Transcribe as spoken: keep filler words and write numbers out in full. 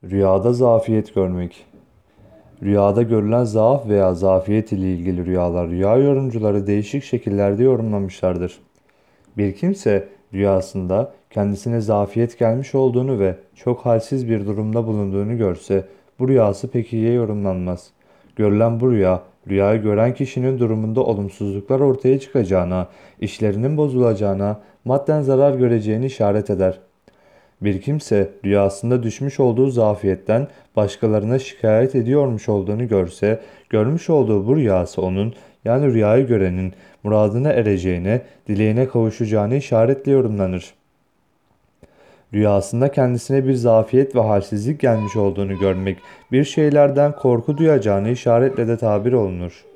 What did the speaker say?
Rüyada zafiyet görmek. Rüyada görülen zaaf veya zafiyet ile ilgili rüyalar rüya yorumcuları değişik şekillerde yorumlamışlardır. Bir kimse rüyasında kendisine zafiyet gelmiş olduğunu ve çok halsiz bir durumda bulunduğunu görse bu rüyası pek iyiye yorumlanmaz. Görülen bu rüya, rüyayı gören kişinin durumunda olumsuzluklar ortaya çıkacağına, işlerinin bozulacağına, madden zarar göreceğini işaret eder. Bir kimse rüyasında düşmüş olduğu zafiyetten başkalarına şikayet ediyormuş olduğunu görse, görmüş olduğu bu rüyası onun, yani rüyayı görenin muradına ereceğine, dileğine kavuşacağını işaretle yorumlanır. Rüyasında kendisine bir zafiyet ve halsizlik gelmiş olduğunu görmek, bir şeylerden korku duyacağını işaretle de tabir olunur.